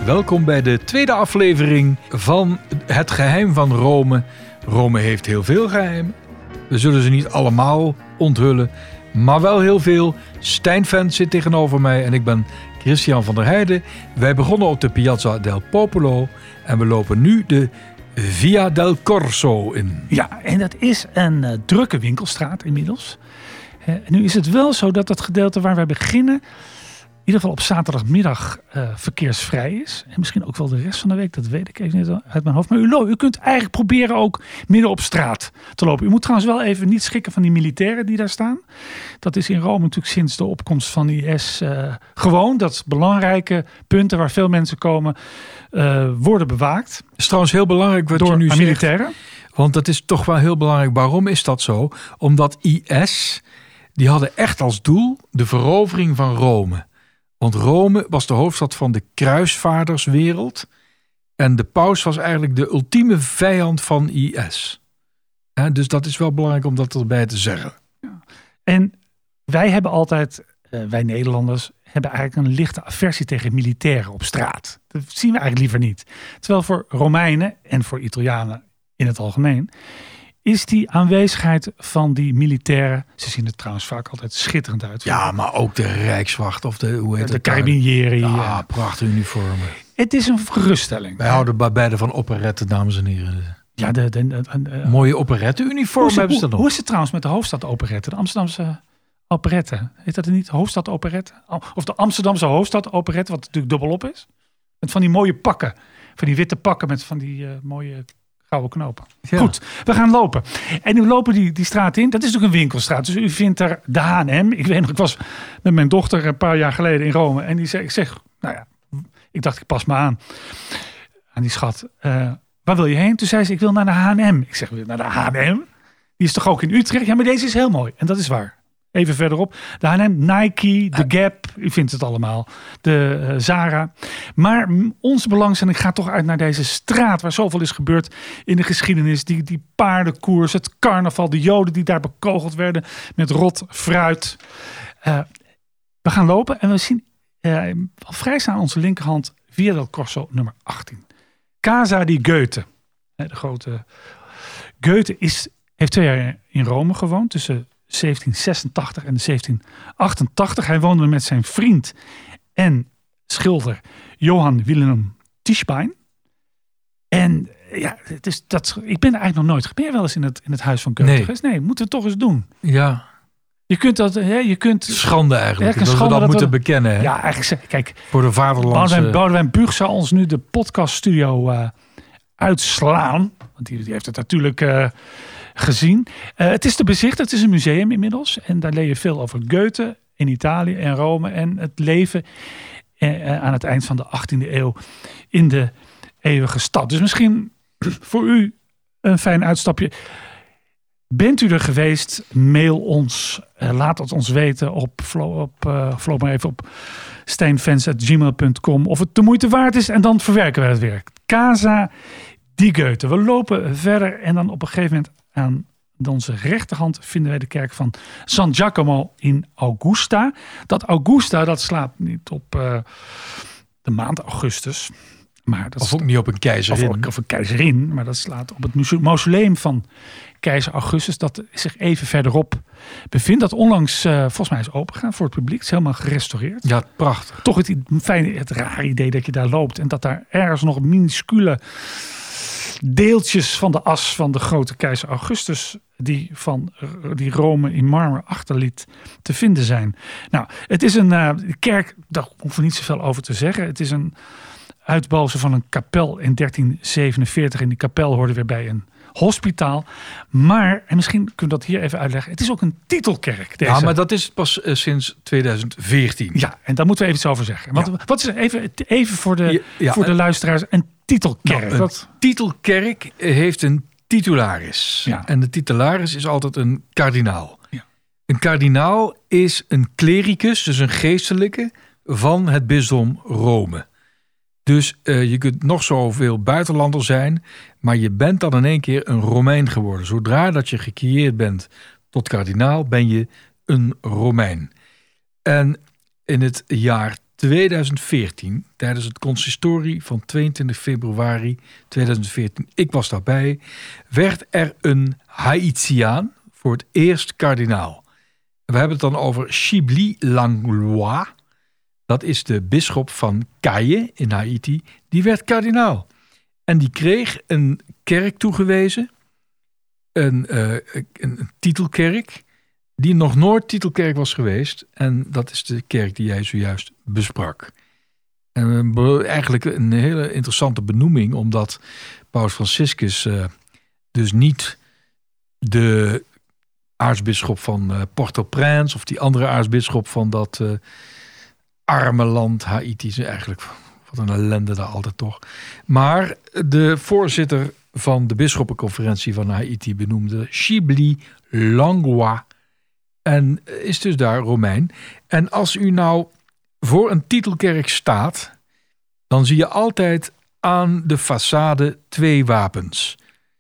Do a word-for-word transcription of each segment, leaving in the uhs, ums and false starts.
welkom bij de tweede aflevering van Het Geheim van Rome. Rome heeft heel veel geheimen. We zullen ze niet allemaal onthullen, maar wel heel veel. Stijn Vent zit tegenover mij en ik ben Christian van der Heijden. Wij begonnen op de Piazza del Popolo en we lopen nu de Via del Corso in. Ja, en dat is een uh, drukke winkelstraat inmiddels. Uh, nu is het wel zo dat het gedeelte waar wij beginnen, in ieder geval op zaterdagmiddag uh, verkeersvrij is. En misschien ook wel de rest van de week, dat weet ik even niet uit mijn hoofd. Maar u, u kunt eigenlijk proberen ook midden op straat te lopen. U moet trouwens wel even niet schrikken van die militairen die daar staan. Dat is in Rome natuurlijk sinds de opkomst van I S uh, gewoon. Dat belangrijke punten waar veel mensen komen uh, worden bewaakt. Het is trouwens heel belangrijk wat door je nu zegt. Militairen. Want dat is toch wel heel belangrijk. Waarom is dat zo? Omdat I S, die hadden echt als doel de verovering van Rome. Want Rome was de hoofdstad van de kruisvaarderswereld. En de paus was eigenlijk de ultieme vijand van I S. He, dus dat is wel belangrijk om dat erbij te zeggen. Ja. En wij hebben altijd, uh, wij Nederlanders, hebben eigenlijk een lichte aversie tegen militairen op straat. Dat zien we eigenlijk liever niet. Terwijl voor Romeinen en voor Italianen in het algemeen is die aanwezigheid van die militairen, ze zien er trouwens vaak altijd schitterend uit. Ja, maar ook de Rijkswacht of de, hoe heet de het? Carabinieri. Ja, ja, prachtige uniformen. Het is een geruststelling. Wij houden bij beide van operetten, dames en heren. Ja, de, de, de, de, de mooie operettenuniformen hebben ze dan nog. Hoe is het trouwens met de Hoofdstad Operette? De Amsterdamse operette. Heet dat er niet Hoofdstad Operette? Of de Amsterdamse Hoofdstad Operette, wat natuurlijk dubbelop is. Met van die mooie pakken. Van die witte pakken met van die uh, mooie gouden knopen. Ja. Goed, we gaan lopen. En nu lopen die, die straat in. Dat is natuurlijk een winkelstraat. Dus u vindt daar de H en M. Ik weet nog, ik was met mijn dochter een paar jaar geleden in Rome. En die zei, ik zeg, nou ja, ik dacht ik pas me aan. Aan die schat. Uh, waar wil je heen? Toen zei ze, ik wil naar de H en M. Ik zeg, naar de H en M? Die is toch ook in Utrecht? Ja, maar deze is heel mooi. En dat is waar. Even verderop. De H en M, Nike, de Gap. U vindt het allemaal. De uh, Zara. Maar onze belangstelling gaat toch uit naar deze straat. Waar zoveel is gebeurd in de geschiedenis. Die, die paardenkoers, het carnaval. De Joden die daar bekogeld werden met rot fruit. Uh, we gaan lopen. En we zien uh, al vrij staan aan onze linkerhand Via del Corso nummer achttien. Casa di Goethe. De grote Goethe is, heeft twee jaar in Rome gewoond. Tussen zeventien zesentachtig en zeventien achtentachtig. Hij woonde met zijn vriend en schilder Johann Wilhelm Tischbein. En ja, het is dat, ik ben er eigenlijk nog nooit. Ben je wel eens in het, in het huis van Goethe nee. geweest? Nee, moeten we toch eens doen. Ja. Je kunt dat, hè, je kunt... Schande eigenlijk, ja, dat schande we dat, dat moeten we, bekennen. Hè? Ja, eigenlijk, kijk. Voor de vaderlandse... Boudewijn, Boudewijn Buug zou ons nu de podcaststudio uh, uitslaan. Want die, die heeft het natuurlijk uh, gezien. Uh, het is te bezichtigen, het is een museum inmiddels. En daar leer je veel over Goethe in Italië en Rome. En het leven uh, aan het eind van de achttiende eeuw in de eeuwige stad. Dus misschien voor u een fijn uitstapje. Bent u er geweest? Mail ons. Uh, laat het ons weten op, op uh, vloog maar even op stijnfans at gmail punt com of het de moeite waard is. En dan verwerken wij het weer. Casa di Goethe. We lopen verder en dan op een gegeven moment aan onze rechterhand vinden wij de kerk van San Giacomo in Augusta. Dat Augusta, dat slaat niet op uh, de maand augustus. Maar dat of ook niet op een keizerin. Of, of een keizerin, maar dat slaat op het mausoleum van keizer Augustus. Dat zich even verderop bevindt. Dat onlangs uh, volgens mij is opengegaan voor het publiek. Het is helemaal gerestaureerd. Ja, prachtig. Toch het fijne, het rare idee dat je daar loopt. En dat daar ergens nog minuscule deeltjes van de as van de grote keizer Augustus, die van die Rome in marmer achterliet, te vinden zijn. Nou, het is een uh, kerk, daar hoeven we niet zoveel over te zeggen. Het is een uitbalzen van een kapel in dertien zevenenveertig. En die kapel hoorde weer bij een hospitaal. Maar, en misschien kunnen we dat hier even uitleggen, het is ook een titelkerk. Deze. Ja, maar dat is pas uh, sinds tweeduizend veertien. Ja, en daar moeten we even iets over zeggen. Want, ja. Wat is even, even voor de, ja, ja, voor de uh, luisteraars een titelkerk? Nou, een dat... titelkerk heeft een titularis. Ja. En de titularis is altijd een kardinaal. Ja. Een kardinaal is een klericus, dus een geestelijke van het bisdom Rome. Dus uh, je kunt nog zoveel buitenlander zijn, maar je bent dan in één keer een Romein geworden. Zodra dat je gecreëerd bent tot kardinaal, ben je een Romein. En in het jaar tweeduizend veertien, tijdens het consistorie van tweeëntwintig februari tweeduizend veertien, ik was daarbij, werd er een Haïtiaan voor het eerst kardinaal. We hebben het dan over Chibli Langlois. Dat is de bisschop van Cayes in Haïti. Die werd kardinaal. En die kreeg een kerk toegewezen. Een, uh, een, een titelkerk. Die nog nooit titelkerk was geweest. En dat is de kerk die jij zojuist besprak. En uh, eigenlijk een hele interessante benoeming. Omdat Paus Franciscus uh, dus niet de aartsbisschop van uh, Port-au-Prince of die andere aartsbisschop van dat uh, arme land Haïti. Eigenlijk, wat een ellende daar altijd toch. Maar de voorzitter van de bisschoppenconferentie van Haïti benoemde Chibli Langlois. En is dus daar Romein. En als u nou voor een titelkerk staat, dan zie je altijd aan de façade twee wapens.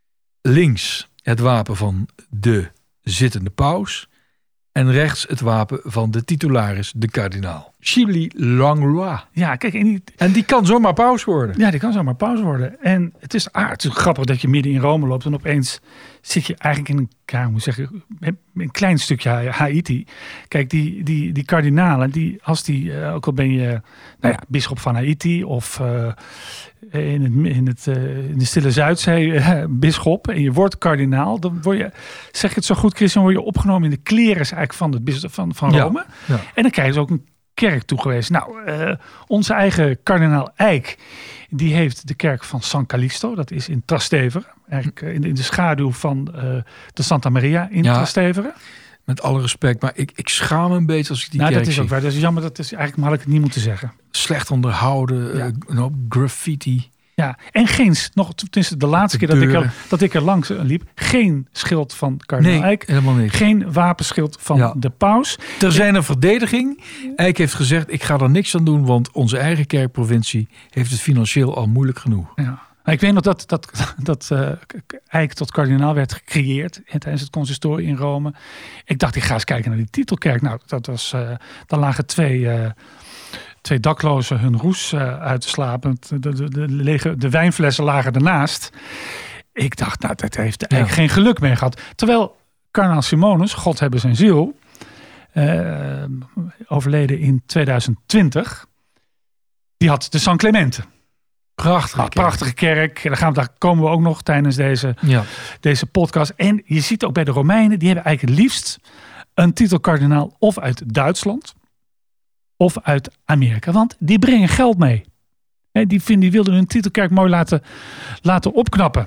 Links het wapen van de zittende paus en rechts het wapen van de titularis, de kardinaal. Chibli Langlois. Ja, kijk, en die, en die kan zomaar paus worden. Ja, die kan zomaar paus worden. En het is, ah, het is grappig dat je midden in Rome loopt en opeens zit je eigenlijk in een, ja, hoe moet ik zeggen, een klein stukje Haïti. Kijk, die, die, die kardinalen, die, als die, uh, ook al ben je, nou ja, bisschop van Haïti of uh, in, het, in, het, uh, in de Stille Zuidzee uh, bisschop en je wordt kardinaal, dan word je, zeg ik het zo goed, Christian, word je opgenomen in de kleres eigenlijk van, het bisschop van, van Rome. Ja, ja. En dan krijg je dus ook een kerk toegewezen. Nou, uh, onze eigen kardinaal Eijk, die heeft de kerk van San Callisto, dat is in Trastevere, eigenlijk in de, in de schaduw van uh, de Santa Maria in ja, Trastevere. Met alle respect, maar ik, ik schaam me een beetje als ik die nou, kerk dat is zie. ook waar. Dat is jammer, dat is eigenlijk, maar had ik het niet moeten zeggen. Slecht onderhouden, ja. uh, een hoop graffiti. Ja, en geen, nog tenminste de laatste de keer dat ik, er, dat ik er langs liep, geen schild van kardinaal nee, Eijk. Helemaal niet. Geen wapenschild van ja. de paus. Er zijn een verdediging. Eijk heeft gezegd, ik ga er niks aan doen, want onze eigen kerkprovincie heeft het financieel al moeilijk genoeg. Ja. Ik weet nog dat, dat, dat uh, Eijk tot kardinaal werd gecreëerd tijdens het consistorie in Rome. Ik dacht, ik ga eens kijken naar die titelkerk. Nou, dat was, uh, daar lagen twee... Uh, Twee daklozen hun roes uh, uit te slapen. De, de, de, lege, de wijnflessen lagen ernaast. Ik dacht, nou, dat heeft eigenlijk ja. geen geluk mee gehad. Terwijl kardinaal Simonus, God hebben zijn ziel, uh, overleden in tweeduizend twintig, die had de San Clemente. Prachtige, ah, prachtige kerk. kerk. Daar, gaan we, daar komen we ook nog tijdens deze, ja. deze podcast. En je ziet ook bij de Romeinen, die hebben eigenlijk het liefst een titelkardinaal of uit Duitsland of uit Amerika. Want die brengen geld mee. He, die, vinden, die wilden hun titelkerk mooi laten, laten opknappen.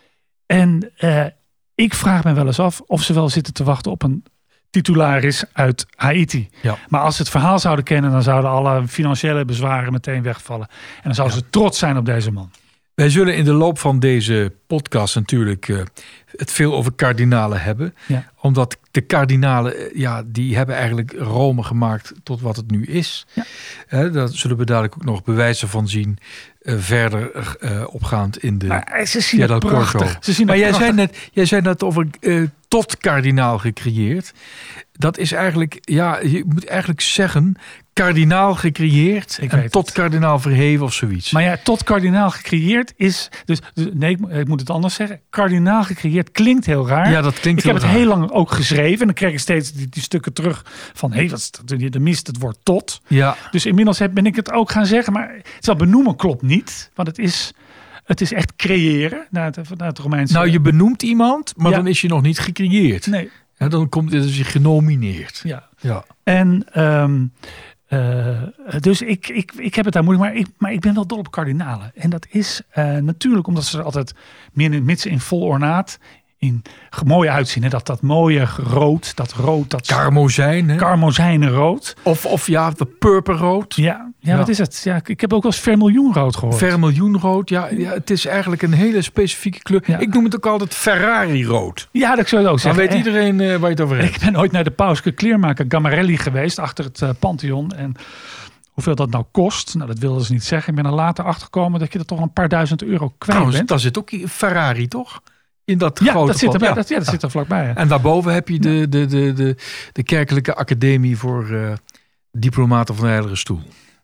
En uh, ik vraag me wel eens af of ze wel zitten te wachten op een titularis uit Haïti. Ja. Maar als ze het verhaal zouden kennen, dan zouden alle financiële bezwaren meteen wegvallen. En dan zouden ja. ze trots zijn op deze man. Wij zullen in de loop van deze podcast natuurlijk uh, het veel over kardinalen hebben. Ja. Omdat de kardinalen, ja, die hebben eigenlijk Rome gemaakt tot wat het nu is. Ja. Uh, daar zullen we dadelijk ook nog bewijzen van zien. Uh, verder uh, opgaand in de... Maar ze zien het prachtig. Ze zien maar het jij prachtig. zei, net, jij zei net over uh, tot kardinaal gecreëerd. Dat is eigenlijk, ja, je moet eigenlijk zeggen, kardinaal gecreëerd ik en tot het. kardinaal verheven of zoiets. Maar ja, tot kardinaal gecreëerd is, dus, dus nee, ik, ik moet het anders zeggen. Kardinaal gecreëerd klinkt heel raar. Ja, dat klinkt ik heel heb raar. het heel lang ook geschreven en dan krijg ik steeds die, die stukken terug van, hé, hey, wat is dat? De mist het woord tot. Ja. Dus inmiddels heb, ben ik het ook gaan zeggen, maar het wel benoemen klopt niet, want het is... Het is echt creëren naar het, naar het Romeinse. Nou, je benoemt iemand, maar ja. dan is je nog niet gecreëerd. Nee. Ja, dan komt het dus je genomineerd. Ja. ja. En um, uh, dus ik, ik, ik heb het daar moeilijk, maar ik, maar ik ben wel dol op kardinalen. En dat is uh, natuurlijk omdat ze er altijd meer mits in vol ornaat in mooi uitzien. Hè? Dat, dat mooie rood, dat rood, dat karmozijn, hè? Karmozijnenrood. Of, of ja, de purperrood. Ja, ja, ja, wat is het? Ja, ik heb ook wel eens vermiljoenrood gehoord. Vermiljoenrood, ja, ja. Het is eigenlijk een hele specifieke kleur. Ja. Ik noem het ook altijd Ferrari-rood. Ja, dat zou je ook zeggen. Dan weet iedereen uh, waar je het over hebt. Ik ben ooit naar de Pauske kleermaker Gammarelli geweest, achter het uh, Pantheon. En hoeveel dat nou kost, nou dat wilden ze niet zeggen. Ik ben er later achtergekomen dat je er toch een paar duizend euro kwijt Trouwens, bent. daar zit ook Ferrari, toch? In dat ja, grote dat zit er, ja, dat, ja, dat ja. zit er vlakbij. Hè. En daarboven heb je de, de, de, de, de kerkelijke academie voor uh, diplomaten van de Heilige Stoel. Ja,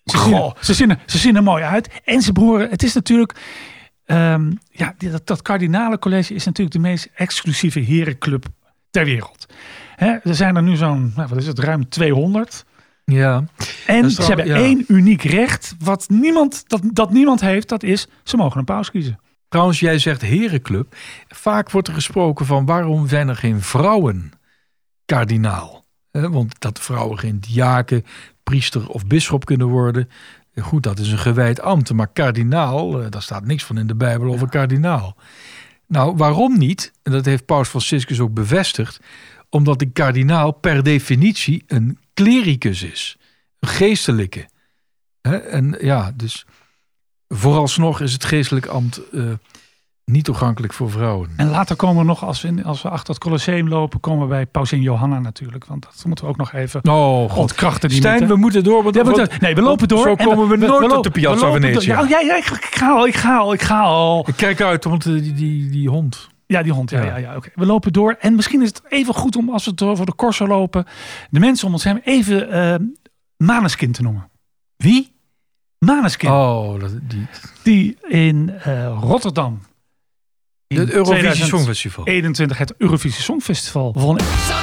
Ze zien, er, ze, zien er, ze zien er mooi uit. En ze behoren, het is natuurlijk... Um, ja, dat, dat Kardinalencollege is natuurlijk de meest exclusieve herenclub ter wereld. Hè, er zijn er nu zo'n, nou, wat is het, ruim tweehonderd. Ja. En ze wel, hebben ja. één uniek recht, wat niemand, dat, dat niemand heeft. Dat is, ze mogen een paus kiezen. Trouwens, jij zegt herenclub. Vaak wordt er gesproken van waarom zijn er geen vrouwen kardinaal? He, want dat vrouwen geen diaken, priester of bisschop kunnen worden. Goed, dat is een gewijd ambt. Maar kardinaal, daar staat niks van in de Bijbel over ja. kardinaal. Nou, waarom niet? En dat heeft Paus Franciscus ook bevestigd. Omdat de kardinaal per definitie een clericus is. Een geestelijke. He, en ja, dus vooralsnog is het geestelijk ambt uh, niet toegankelijk voor vrouwen. En later komen we nog, als we, in, als we achter het Colosseum lopen, komen we bij Pausin Johanna natuurlijk. Want dat moeten we ook nog even oh, ontkrachten. Die Stijn, mythe. we moeten door. Want, ja, we, nee, we lopen door. Zo komen we, we nooit we, op de Piazza Venezia. Ja, ja, ja, ik ga al, ik ga al, ik ga al. Ik kijk uit, want die, die, die hond... Ja, die hond. Ja, ja. ja, ja, okay. We lopen door. En misschien is het even goed om, als we door voor de Corso lopen, de mensen om ons heen even uh, Maneskin te noemen. Wie? Maneskin. Oh, dat, die. Die in uh, Rotterdam. In het Eurovisie Songfestival. eenentwintig het Eurovisie Songfestival won.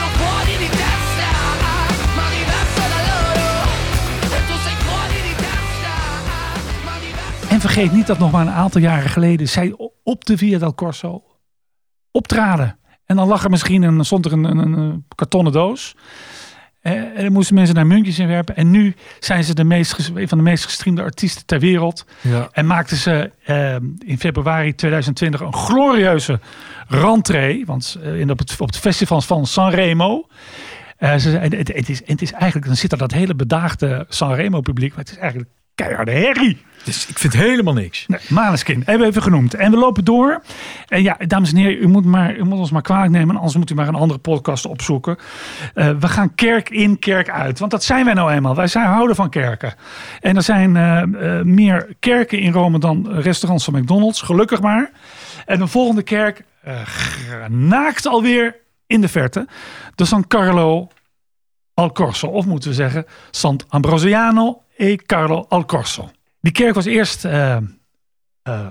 En vergeet niet dat nog maar een aantal jaren geleden zij op de Via del Corso optraden. En dan lag er misschien een, stond er een, een, een kartonnen doos. En dan moesten mensen daar muntjes in werpen. En nu zijn ze de meest, een van de meest gestreamde artiesten ter wereld. Ja. En maakten ze eh, in februari tweeduizend twintig een glorieuze rentree. Want uh, in, op, het, op het festival van Sanremo. Uh, ze, het, het, het, is, het is eigenlijk, dan zit er dat hele bedaagde Sanremo publiek. Maar het is eigenlijk keiharde herrie. Dus ik vind helemaal niks. Nee, Maneskin, hebben we even genoemd. En we lopen door. En ja, dames en heren, u moet, maar, u moet ons maar kwalijk nemen. Anders moet u maar een andere podcast opzoeken. Uh, we gaan kerk in, kerk uit. Want dat zijn wij nou eenmaal. Wij zijn houden van kerken. En er zijn uh, uh, meer kerken in Rome dan restaurants van McDonald's. Gelukkig maar. En de volgende kerk uh, naakt alweer in de verte. De San Carlo al Corso. Of moeten we zeggen Sant'Ambrosiano e Carlo al Corso. Die kerk was eerst uh, uh,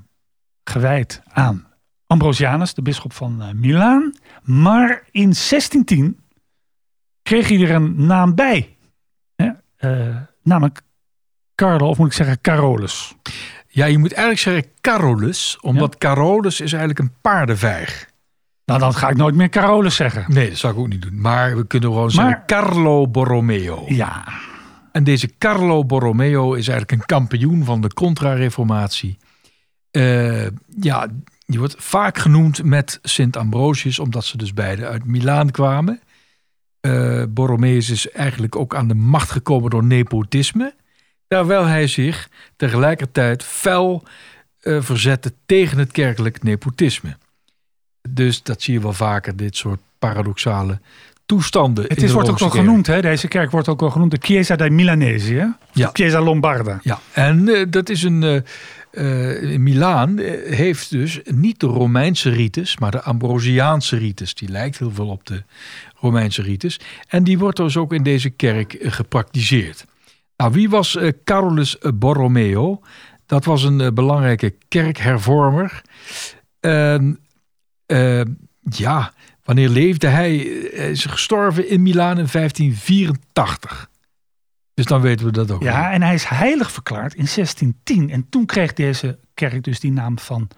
gewijd aan Ambrosianus, de bisschop van uh, Milaan. Maar in zestientien kreeg hij er een naam bij. Ja, uh, namelijk Carlo, of moet ik zeggen Carolus. Ja, je moet eigenlijk zeggen Carolus, omdat ja? Carolus is eigenlijk een paardenvijg. Nou, dan ga ik nooit meer Carolus zeggen. Nee, dat zou ik ook niet doen. Maar we kunnen gewoon maar, zeggen Carlo Borromeo. Ja. En deze Carlo Borromeo is eigenlijk een kampioen van de Contra-reformatie. Uh, ja, die wordt vaak genoemd met Sint Ambrosius, omdat ze dus beide uit Milaan kwamen. Uh, Borromeus is eigenlijk ook aan de macht gekomen door nepotisme. Terwijl hij zich tegelijkertijd fel uh, verzette tegen het kerkelijk nepotisme. Dus dat zie je wel vaker, dit soort paradoxale toestanden. Het is, wordt ook wel genoemd, hè? Deze kerk wordt ook wel genoemd de Chiesa dei Milanesi, hè? Ja. Chiesa Lombarda. Ja, en uh, dat is een... Uh, uh, in Milaan uh, heeft dus niet de Romeinse rites, maar de Ambrosiaanse rites. Die lijkt heel veel op de Romeinse rites. En die wordt dus ook in deze kerk uh, gepraktiseerd. Nou, wie was uh, Carolus Borromeo? Dat was een uh, belangrijke kerkhervormer. Uh, uh, ja... Wanneer leefde hij? Hij is gestorven in Milaan in vijftien vierentachtig. Dus dan weten we dat ook. Ja, wel. En hij is heilig verklaard in zestien tien. En toen kreeg deze kerk dus die naam van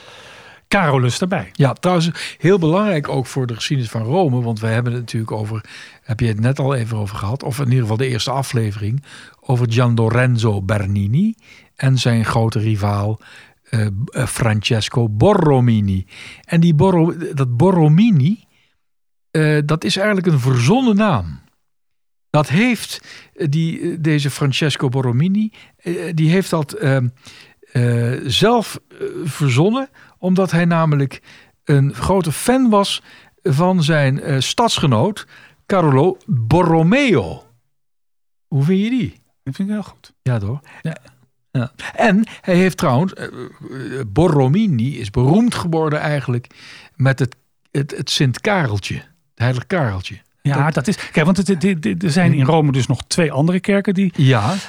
Carolus erbij. Ja, trouwens heel belangrijk ook voor de geschiedenis van Rome. Want wij hebben het natuurlijk over, heb je het net al even over gehad. Of in ieder geval de eerste aflevering. Over Gian Lorenzo Bernini en zijn grote rivaal Uh, uh, Francesco Borromini. En die Borro, dat Borromini, uh, dat is eigenlijk een verzonnen naam. Dat heeft uh, die, uh, deze Francesco Borromini, uh, die heeft dat uh, uh, zelf uh, verzonnen, omdat hij namelijk een grote fan was van zijn uh, stadsgenoot Carlo Borromeo. Hoe vind je die? Dat vind ik heel goed. Ja, toch? Ja. Ja. En hij heeft trouwens, uh, Borromini is beroemd geworden eigenlijk met het, het, het Sint Kareltje, het heilig Kareltje. Ja, dat, dat is, kijk, want het, het, het, er zijn in Rome dus nog twee andere kerken die, ja.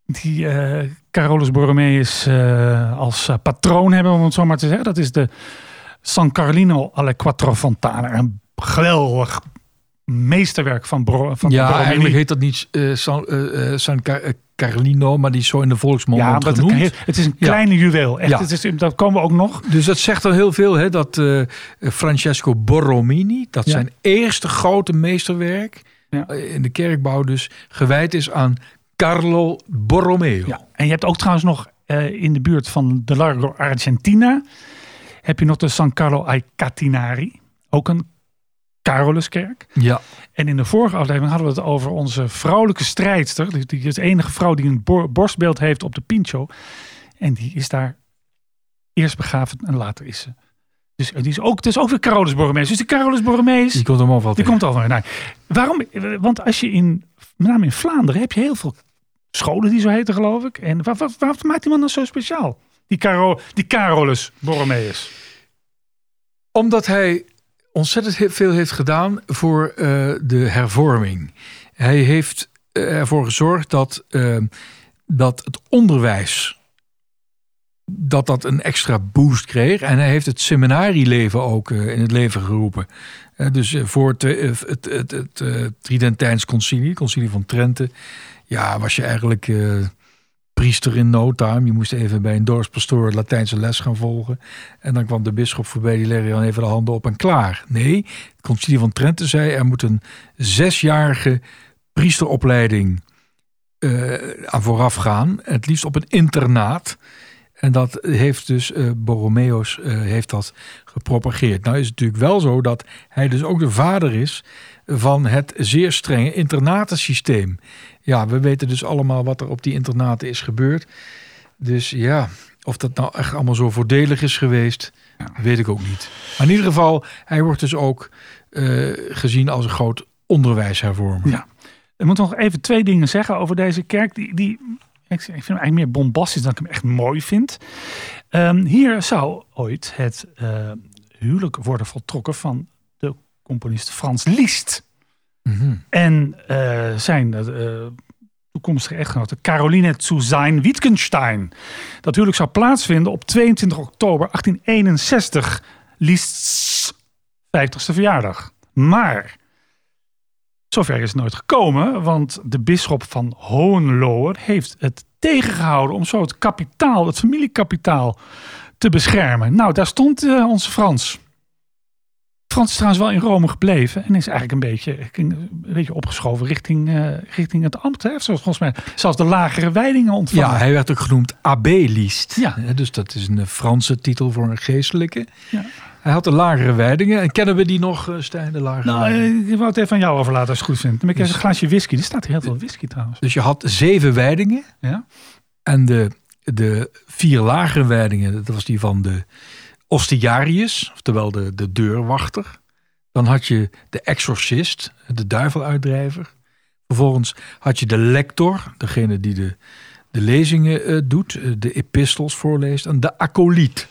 die uh, Carolus Borromeus uh, als uh, patroon hebben, om het zo maar te zeggen. Dat is de San Carlino alle Quattro Fontane. Een geweldig meesterwerk van, Bro, van ja, Borromini. Eigenlijk heet dat niet uh, San, uh, San Car- Carlino, maar die is zo in de volksmond ja, genoemd. Het, het is een kleine ja. juweel. Echt, ja. het is, dat komen we ook nog. Dus dat zegt al heel veel, hè, dat uh, Francesco Borromini, dat ja. zijn eerste grote meesterwerk ja. in de kerkbouw dus gewijd is aan Carlo Borromeo. Ja. En je hebt ook trouwens nog uh, in de buurt van de Largo Argentina heb je nog de San Carlo ai Catinari. Ook een Caroluskerk. Ja. En in de vorige aflevering hadden we het over onze vrouwelijke strijdster. Die is de enige vrouw die een borstbeeld heeft op de Pincho. En die is daar eerst begraven en later is ze. Dus die is ook, het is ook weer Carolus Borromeus. Dus die Carolus Borromeus. Die komt hem overal Die komt over. Nou, waarom? Want als je in, met name in Vlaanderen, heb je heel veel scholen die zo heten, geloof ik. En wat, wat, wat maakt die man dan zo speciaal? Die, Caro, die Carolus Borromeus. Omdat hij ontzettend veel heeft gedaan voor uh, de hervorming. Hij heeft uh, ervoor gezorgd dat, uh, dat het onderwijs dat dat een extra boost kreeg. En hij heeft het seminarieleven ook uh, in het leven geroepen. Uh, dus uh, voor het, uh, het, het, het uh, Tridentijns concilie, concilie van Trente, ja, was je eigenlijk uh, priester in no time. Je moest even bij een dorpspastoor Latijnse les gaan volgen. En dan kwam de bisschop voorbij, die legde dan even de handen op en klaar. Nee, het concilie van Trente zei, er moet een zesjarige priesteropleiding uh, aan vooraf gaan. Het liefst op een internaat. En dat heeft dus uh, Borromeus uh, heeft dat gepropageerd. Nou is het natuurlijk wel zo dat hij dus ook de vader is van het zeer strenge internatensysteem. Ja, we weten dus allemaal wat er op die internaten is gebeurd. Dus ja, of dat nou echt allemaal zo voordelig is geweest, ja. weet ik ook niet. Maar in ieder geval, hij wordt dus ook uh, gezien als een groot onderwijshervormer. Ja. Ik moet nog even twee dingen zeggen over deze kerk. Die, die, ik vind hem eigenlijk meer bombastisch dan ik hem echt mooi vind. Um, hier zou ooit het uh, huwelijk worden voltrokken van de componist Frans Liszt. Mm-hmm. En uh, zijn uh, toekomstige echtgenote Caroline zu sein Wittgenstein. Dat huwelijk zou plaatsvinden op tweeëntwintig oktober achttien eenenzestig. Liszt's vijftigste verjaardag. Maar zover is het nooit gekomen, want de bisschop van Hohenlohe heeft het tegengehouden om zo het kapitaal, het familiekapitaal te beschermen. Nou, daar stond uh, onze Frans. Frans is trouwens wel in Rome gebleven en is eigenlijk een beetje, een beetje opgeschoven richting, uh, richting het ambt. Hè? Zoals volgens mij zelfs de lagere wijdingen ontvangen. Ja, hij werd ook genoemd abbé Liszt. Ja. Dus dat is een Franse titel voor een geestelijke. Ja. Hij had de lagere wijdingen. En kennen we die nog, Stijn, de lagere nou, wijdingen? Ik wou het even aan jou overlaten als je het goed vindt. Dan heb ik dus, een glaasje whisky. Er staat hier heel veel whisky trouwens. Dus je had zeven wijdingen. Ja. En de, de vier lagere wijdingen, dat was die van de Ostiarius, oftewel de, de deurwachter. Dan had je de exorcist, de duiveluitdrijver. Vervolgens had je de lector, degene die de, de lezingen uh, doet, uh, de epistels voorleest. En de acoliet.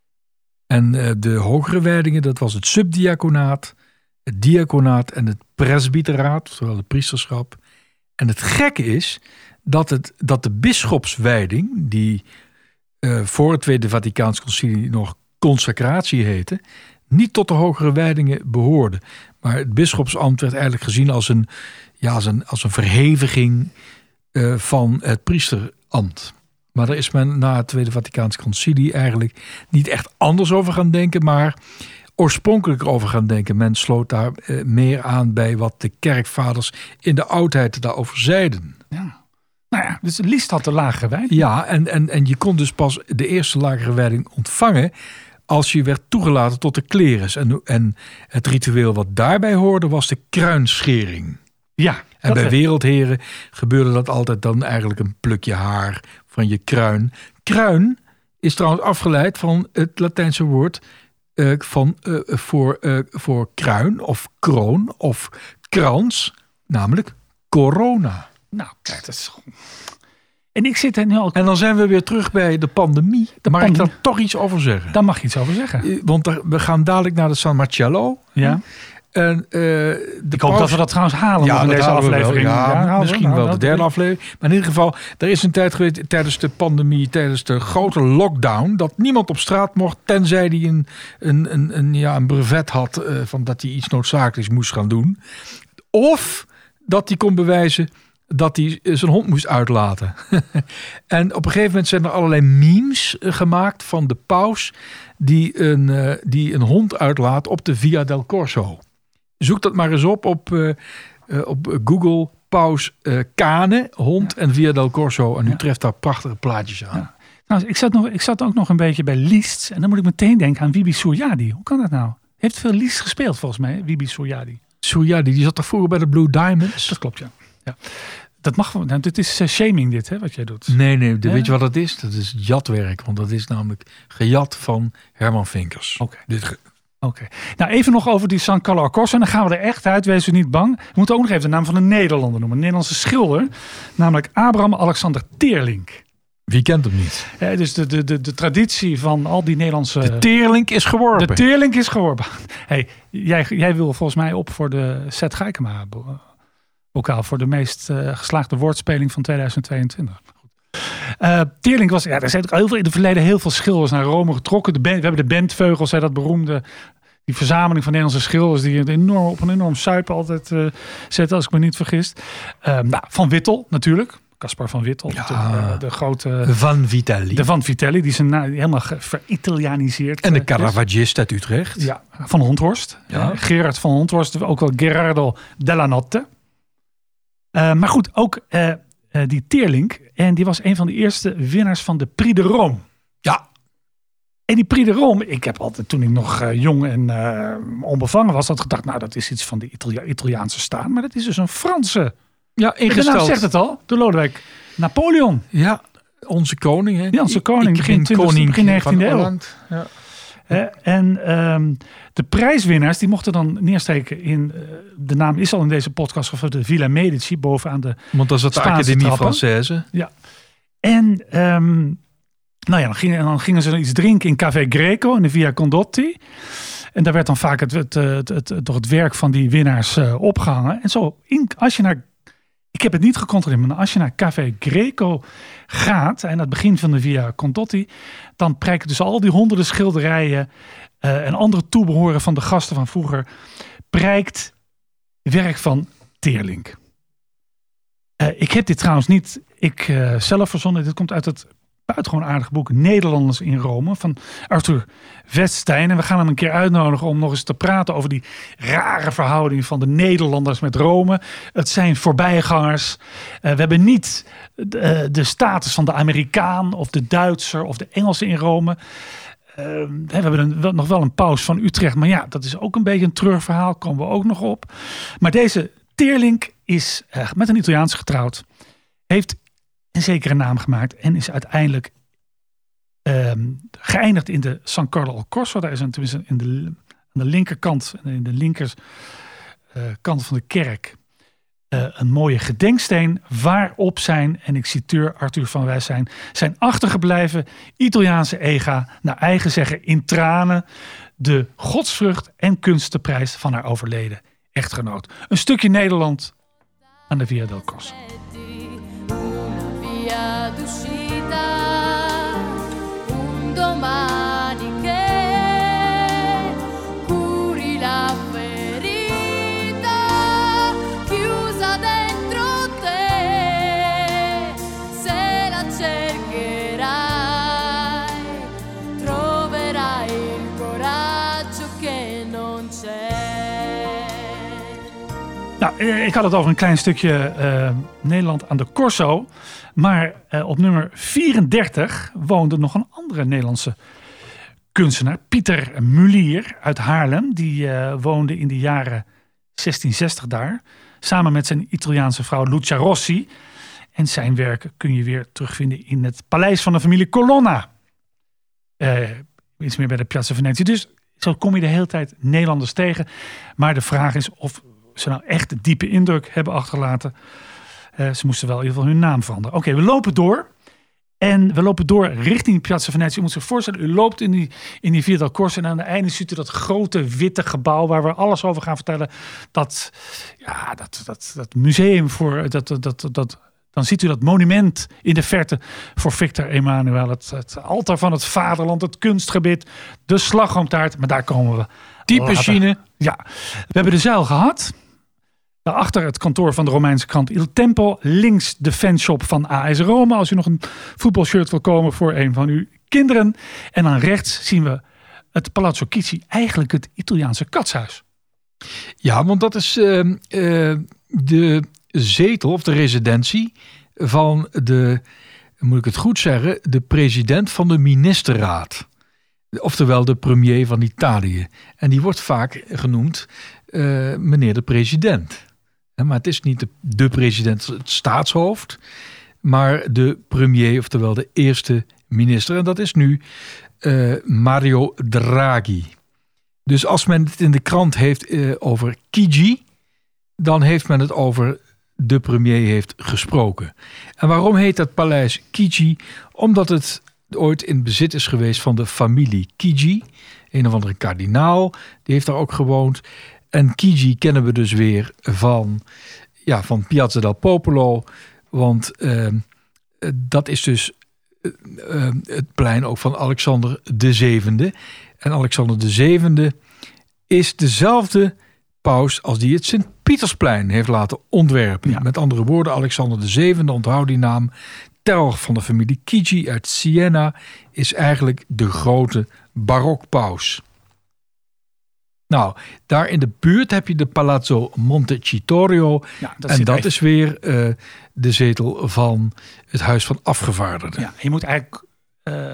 En uh, de hogere wijdingen, dat was het subdiaconaat, het diaconaat en het presbyteraat, oftewel het priesterschap. En het gekke is dat, het, dat de bisschopswijding, die uh, voor het Tweede Vaticaans Concilie nog consecratie heette, niet tot de hogere wijdingen behoorde. Maar het bisschopsambt werd eigenlijk gezien als een, ja, als een, als een verheviging uh, van het priesterambt. Maar daar is men na het Tweede Vaticaans Concilie eigenlijk niet echt anders over gaan denken, maar oorspronkelijk over gaan denken. Men sloot daar uh, meer aan bij wat de kerkvaders in de oudheid daarover zeiden. Ja. Nou ja, dus Liszt had de lagere wijding. Ja, en, en, en je kon dus pas de eerste lagere wijding ontvangen als je werd toegelaten tot de klerus. En, en het ritueel wat daarbij hoorde was de kruinschering. Ja. En bij wereldheren gebeurde dat altijd dan eigenlijk een plukje haar van je kruin. Kruin is trouwens afgeleid van het Latijnse woord uh, van, uh, voor, uh, voor kruin of kroon of krans, namelijk corona. Nou, kijk, dat is... En ik zit er nu al... En dan zijn we weer terug bij de pandemie. Daar mag pandemie. ik daar toch iets over zeggen. Daar mag je iets over zeggen. Want er, we gaan dadelijk naar de San Marcello. Ja. En, uh, de Ik hoop paus... dat we dat trouwens halen ja, in deze aflevering. Wel, ja, ja, misschien nou, wel nou, de derde aflevering. Maar in ieder geval, er is een tijd geweest tijdens de pandemie, tijdens de grote lockdown, dat niemand op straat mocht, tenzij hij een, een, een, een, ja, een brevet had uh, van dat hij iets noodzakelijks moest gaan doen. Of dat hij kon bewijzen dat hij zijn hond moest uitlaten. En op een gegeven moment zijn er allerlei memes gemaakt van de paus die een, uh, die een hond uitlaat op de Via del Corso. Zoek dat maar eens op op, uh, uh, op Google, paus uh, Cane, hond ja. en Via del Corso. En u ja. treft daar prachtige plaatjes aan. Ja. Nou, ik, zat nog, ik zat ook nog een beetje bij Liszt. En dan moet ik meteen denken aan Wibi Suryadi. Hoe kan dat nou? Heeft veel Liszt gespeeld volgens mij, Wibi Suryadi. Suryadi, die zat toch vroeger bij de Blue Diamonds? Dat klopt, ja. ja. Dat mag wel. Nou, dit is uh, shaming dit, hè, wat jij doet. Nee, nee. De, ja? Weet je wat dat is? Dat is jatwerk. Want dat is namelijk gejat van Herman Vinkers. Oké. Okay. Oké. Okay. Nou, even nog over die San Carlo al Corso. En dan gaan we er echt uit. Wees u niet bang. We moeten ook nog even de naam van een Nederlander noemen. Een Nederlandse schilder. Namelijk Abraham Alexander Teerlink. Wie kent hem niet? Ja, dus de, de, de, de traditie van al die Nederlandse... De Teerlink is geworpen. De Teerlink is geworpen. Hey, jij, jij wil volgens mij op voor de Seth Geikema bokaal. Voor de meest uh, geslaagde woordspeling van tweeduizend tweeëntwintig. Uh, Teerlink was, ja, er zijn heel veel in het verleden heel veel schilders naar Rome getrokken. De band, we hebben de Bentveugels, hè, dat beroemde, die verzameling van Nederlandse schilders die enorm, op een enorm suipen altijd uh, zetten, als ik me niet vergis. Uh, nou, Van Wittel natuurlijk. Caspar van Wittel, ja, de, de grote... Van Vitelli. De Van Vitelli, die is een, helemaal veritalianiseerd. En de Caravagist uit Utrecht. Ja, Van Honthorst. Ja. Gerard van Honthorst, ook wel Gerardo della Notte. Uh, maar goed, ook uh, uh, die Teerlink. En die was een van de eerste winnaars van de Prix de Rome. Ja. En die Prix de Rome, ik heb altijd toen ik nog uh, jong en uh, onbevangen was, had gedacht, nou dat is iets van de Italia- Italiaanse staat. Maar dat is dus een Franse... Ja, ingesteld. De naam zegt het al, door Lodewijk Napoleon. Ja, onze koning. Hè? Ja, onze koning, begin, twintigste, begin negentiende eeuw. Ja. Uh, en um, de prijswinnaars die mochten dan neersteken in, uh, de naam is al in deze podcast gevoerd, de Villa Medici, bovenaan de Want dat is het de Académie Française. Ja. En um, nou ja, dan gingen, dan gingen ze iets drinken in Café Greco in de Via Condotti. En daar werd dan vaak het, het, het, het, het, het werk van die winnaars uh, opgehangen. En zo, in, als je naar, ik heb het niet gecontroleerd, maar als je naar Café Greco gaat, en aan het begin van de Via Condotti, dan prijken dus al die honderden schilderijen uh, en andere toebehoren van de gasten van vroeger, prijkt werk van Teerlink. Uh, ik heb dit trouwens niet ik uh, zelf verzonnen. Dit komt uit het buitengewoon aardige boek Nederlanders in Rome van Arthur Weststein. En we gaan hem een keer uitnodigen om nog eens te praten over die rare verhouding van de Nederlanders met Rome. Het zijn voorbijgangers. Uh, we hebben niet de, de status van de Amerikaan of de Duitser of de Engelse in Rome. Uh, we hebben een, nog wel een paus van Utrecht. Maar ja, dat is ook een beetje een treurverhaal. Komen we ook nog op. Maar deze Teerlink is uh, met een Italiaans getrouwd. Heeft een zekere naam gemaakt. En is uiteindelijk um, geëindigd in de San Carlo al Corso. Daar is een, tenminste in de, aan de linkerkant. In de linkerkant uh, van de kerk. Uh, een mooie gedenksteen waarop zijn, en ik citeer Arthur van Weststein, zijn achtergebleven Italiaanse ega, naar eigen zeggen in tranen, de godsvrucht en kunstenprijs van haar overleden echtgenoot. Een stukje Nederland aan de Via del Corso. Nou, ik had het over een klein stukje uh, Nederland aan de Corso. Maar uh, op nummer vierendertig woonde nog een andere Nederlandse kunstenaar. Pieter Mulier uit Haarlem. Die uh, woonde in de jaren zestienzestig daar. Samen met zijn Italiaanse vrouw Lucia Rossi. En zijn werken kun je weer terugvinden in het paleis van de familie Colonna. Uh, iets meer bij de Piazza Venetië. Dus zo kom je de hele tijd Nederlanders tegen. Maar de vraag is of ze nou echt een diepe indruk hebben achtergelaten. Uh, ze moesten wel in ieder geval hun naam veranderen. Oké, okay, we lopen door. En we lopen door richting Piazza Venezia. U moet zich voorstellen, u loopt in die, in die Via del Corso en aan het einde ziet u dat grote witte gebouw waar we alles over gaan vertellen. Dat, ja, dat, dat, dat museum voor, dat, dat, dat, dat, dan ziet u dat monument in de verte voor Victor Emmanuel. Het, het altaar van het vaderland, het kunstgebied, de slagroomtaart. Maar daar komen we. Die machine. Ja, we hebben de zuil gehad. Daarachter het kantoor van de Romeinse krant Il Tempo. Links de fanshop van A S Roma. Als u nog een voetbalshirt wil komen voor een van uw kinderen. En dan rechts zien we het Palazzo Chigi. Eigenlijk het Italiaanse katshuis. Ja, want dat is uh, uh, de zetel of de residentie van de, moet ik het goed zeggen, de president van de ministerraad. Oftewel de premier van Italië. En die wordt vaak genoemd uh, meneer de president. Maar het is niet de, de president, het staatshoofd, maar de premier, oftewel de eerste minister. En dat is nu uh, Mario Draghi. Dus als men het in de krant heeft uh, over Chigi, dan heeft men het over de premier heeft gesproken. En waarom heet dat paleis Chigi? Omdat het ooit in bezit is geweest van de familie Chigi. Een of andere kardinaal, die heeft daar ook gewoond. En Chigi kennen we dus weer van, ja, van Piazza del Popolo. Want uh, dat is dus uh, uh, het plein ook van Alexander de Zevende. En Alexander de Zevende is dezelfde paus als die het Sint-Pietersplein heeft laten ontwerpen. Ja. Met andere woorden, Alexander de Zevende, onthoud die naam, ter van de familie Chigi uit Siena, is eigenlijk de grote barokpaus. Nou, daar in de buurt heb je de Palazzo Montecitorio. Ja, dat en dat echt is weer uh, de zetel van het Huis van Afgevaardigden. Ja, je moet eigenlijk uh,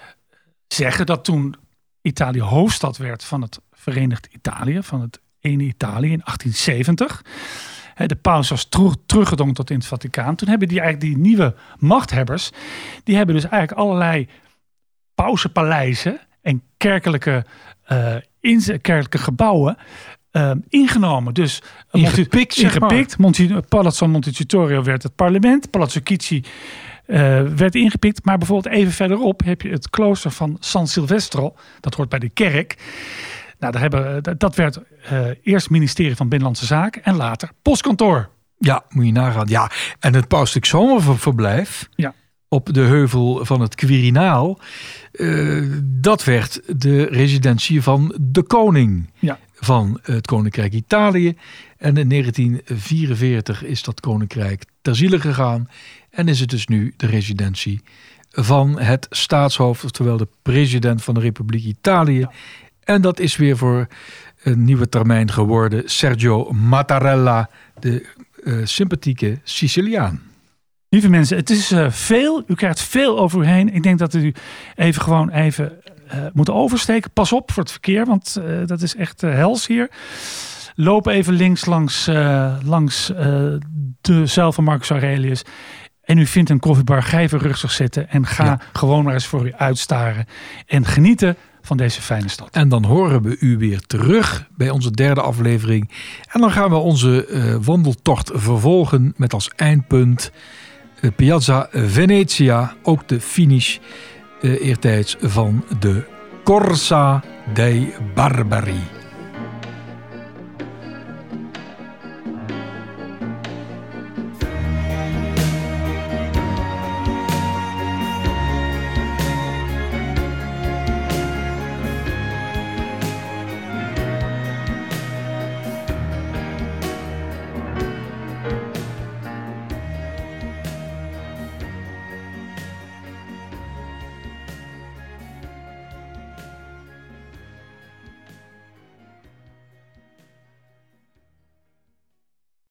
zeggen dat toen Italië hoofdstad werd van het Verenigd Italië, van het ene Italië in achttien zeventig. De paus was terug, teruggedrongen tot in het Vaticaan. Toen hebben die eigenlijk die nieuwe machthebbers, die hebben dus eigenlijk allerlei pausenpaleizen en kerkelijke, uh, in, kerkelijke gebouwen uh, ingenomen. Dus ingepikt, ingepikt. Monti, Palazzo Montecitorio werd het parlement. Palazzo Chigi uh, werd ingepikt. Maar bijvoorbeeld even verderop heb je het klooster van San Silvestro. Dat hoort bij de kerk. Nou, daar hebben, dat werd uh, eerst ministerie van Binnenlandse Zaken en later postkantoor. Ja, moet je nagaan. Ja, en het pauselijk zomerverblijf ja. op de heuvel van het Quirinaal, uh, dat werd de residentie van de koning ja. van het Koninkrijk Italië. En in negentien vierenveertig is dat koninkrijk ter ziele gegaan en is het dus nu de residentie van het staatshoofd, oftewel de president van de Republiek Italië. Ja. En dat is weer voor een nieuwe termijn geworden Sergio Mattarella, de uh, sympathieke Siciliaan. Lieve mensen, het is uh, veel. U krijgt veel over u heen. Ik denk dat u even gewoon even uh, moet oversteken. Pas op voor het verkeer, want uh, dat is echt uh, hels hier. Loop even links langs, uh, langs uh, de zuil van Marcus Aurelius. En u vindt een koffiebar, ga even rustig zitten en ga ja. gewoon maar eens voor u uitstaren. En genieten van deze fijne stad. En dan horen we u weer terug bij onze derde aflevering. En dan gaan we onze uh, wandeltocht vervolgen met als eindpunt uh, Piazza Venezia. Ook de finish uh, eertijds van de Corsa dei Barbari.